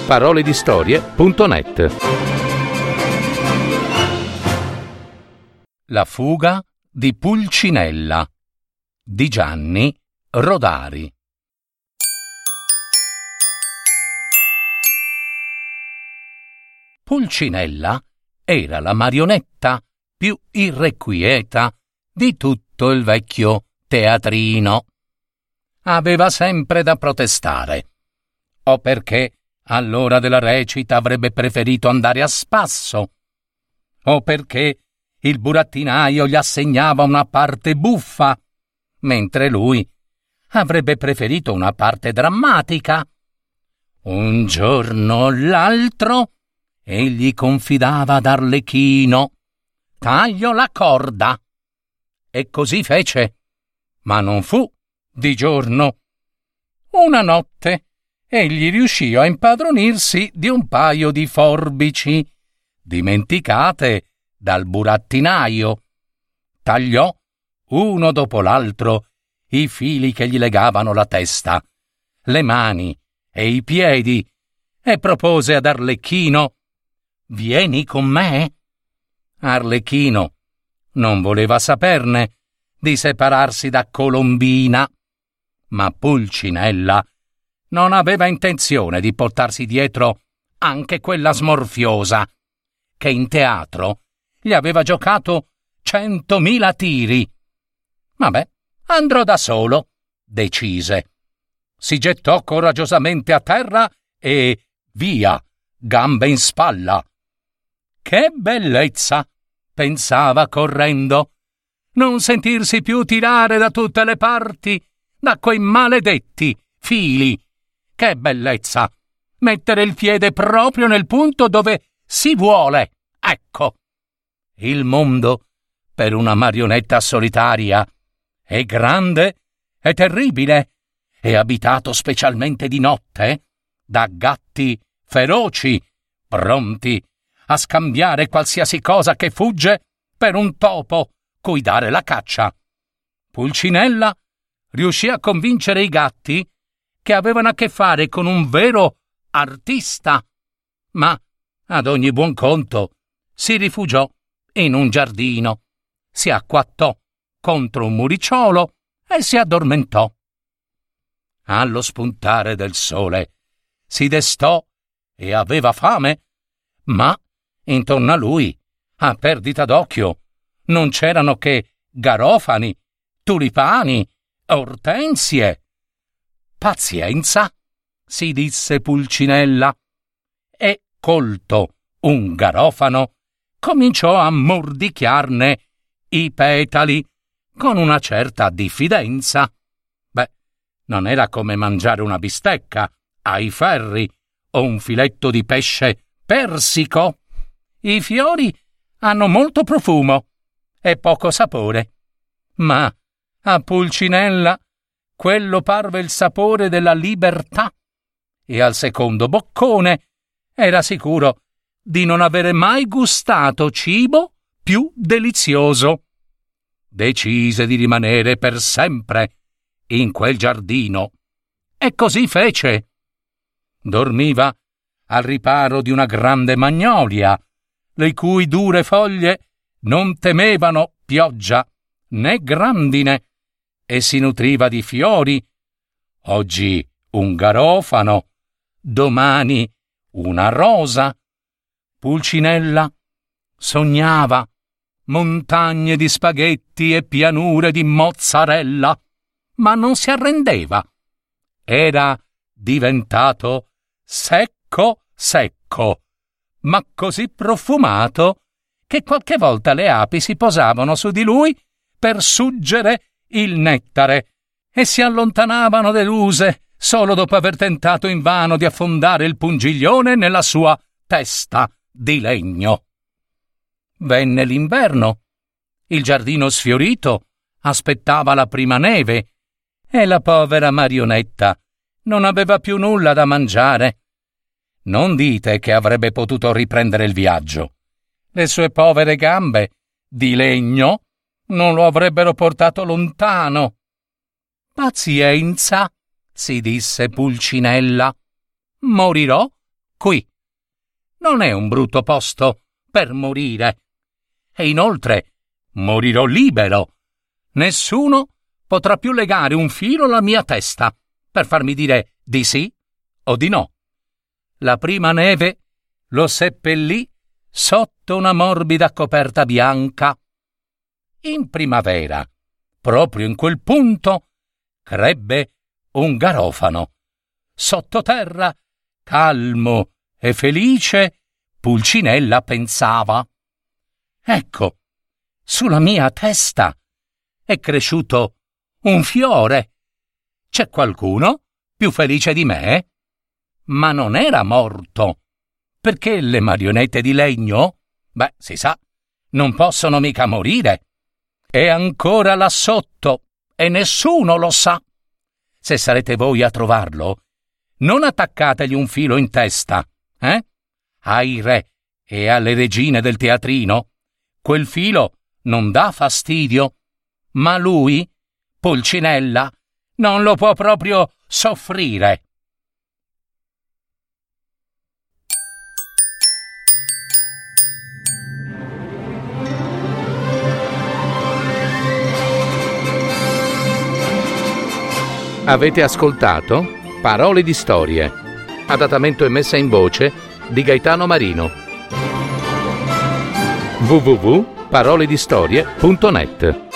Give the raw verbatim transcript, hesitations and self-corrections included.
parole di storie punto net. La fuga di Pulcinella di Gianni Rodari. Pulcinella era la marionetta più irrequieta di tutto il vecchio teatrino. Aveva sempre da protestare, o perché all'ora della recita avrebbe preferito andare a spasso, o perché il burattinaio gli assegnava una parte buffa, mentre lui avrebbe preferito una parte drammatica. Un giorno o l'altro egli confidava ad Arlecchino: «Taglio la corda». E così fece, ma non fu di giorno. Una notte egli riuscì a impadronirsi di un paio di forbici, dimenticate dal burattinaio. Tagliò uno dopo l'altro i fili che gli legavano la testa, le mani e i piedi e propose ad Arlecchino: «Vieni con me?» Arlecchino non voleva saperne di separarsi da Colombina, ma Pulcinella non aveva intenzione di portarsi dietro anche quella smorfiosa, che in teatro gli aveva giocato centomila tiri. «Vabbè, andrò da solo», decise. Si gettò coraggiosamente a terra e via, gambe in spalla. «Che bellezza», pensava correndo, «non sentirsi più tirare da tutte le parti da quei maledetti fili. Che bellezza mettere il piede proprio nel punto dove si vuole. Ecco, il mondo per una marionetta solitaria è grande e terribile, è abitato specialmente di notte da gatti feroci, pronti a scambiare qualsiasi cosa che fugge per un topo cui dare la caccia. Pulcinella riuscì a convincere i gatti che avevano a che fare con un vero artista, ma ad ogni buon conto si rifugiò in un giardino, si acquattò contro un muricciolo e si addormentò. Allo spuntare del sole si destò e aveva fame, ma intorno a lui, a perdita d'occhio, non c'erano che garofani, tulipani, ortensie. «Pazienza», si disse Pulcinella, e colto un garofano cominciò a mordicchiarne i petali con una certa diffidenza. Beh, non era come mangiare una bistecca ai ferri o un filetto di pesce persico. I fiori hanno molto profumo e poco sapore, ma a Pulcinella quello parve il sapore della libertà, e al secondo boccone era sicuro di non avere mai gustato cibo più delizioso. Decise di rimanere per sempre in quel giardino, e così fece. Dormiva al riparo di una grande magnolia, le cui dure foglie non temevano pioggia né grandine, e si nutriva di fiori, oggi un garofano, domani una rosa. Pulcinella sognava montagne di spaghetti e pianure di mozzarella, ma non si arrendeva. Era diventato secco secco, ma così profumato che qualche volta le api si posavano su di lui per suggere il nettare e si allontanavano deluse solo dopo aver tentato invano di affondare il pungiglione nella sua testa di legno. Venne l'inverno, il giardino sfiorito aspettava la prima neve e la povera marionetta non aveva più nulla da mangiare. Non dite che avrebbe potuto riprendere il viaggio. Le sue povere gambe di legno non lo avrebbero portato lontano. «Pazienza», si disse Pulcinella, «morirò qui. Non è un brutto posto per morire. E inoltre morirò libero. Nessuno potrà più legare un filo alla mia testa per farmi dire di sì o di no. La prima neve lo seppellì sotto una morbida coperta bianca. In primavera, proprio in quel punto, crebbe un garofano. Sottoterra, calmo e felice, Pulcinella pensava: ecco, sulla mia testa è cresciuto un fiore. C'è qualcuno più felice di me? Ma non era morto, perché le marionette di legno, beh, si sa, non possono mica morire. È ancora là sotto e nessuno lo sa. Se sarete voi a trovarlo, non attaccategli un filo in testa, eh? Ai re e alle regine del teatrino quel filo non dà fastidio, ma lui, Pulcinella, non lo può proprio soffrire. Avete ascoltato Parole di storie, adattamento e messa in voce di Gaetano Marino. w w w punto parole di storie punto net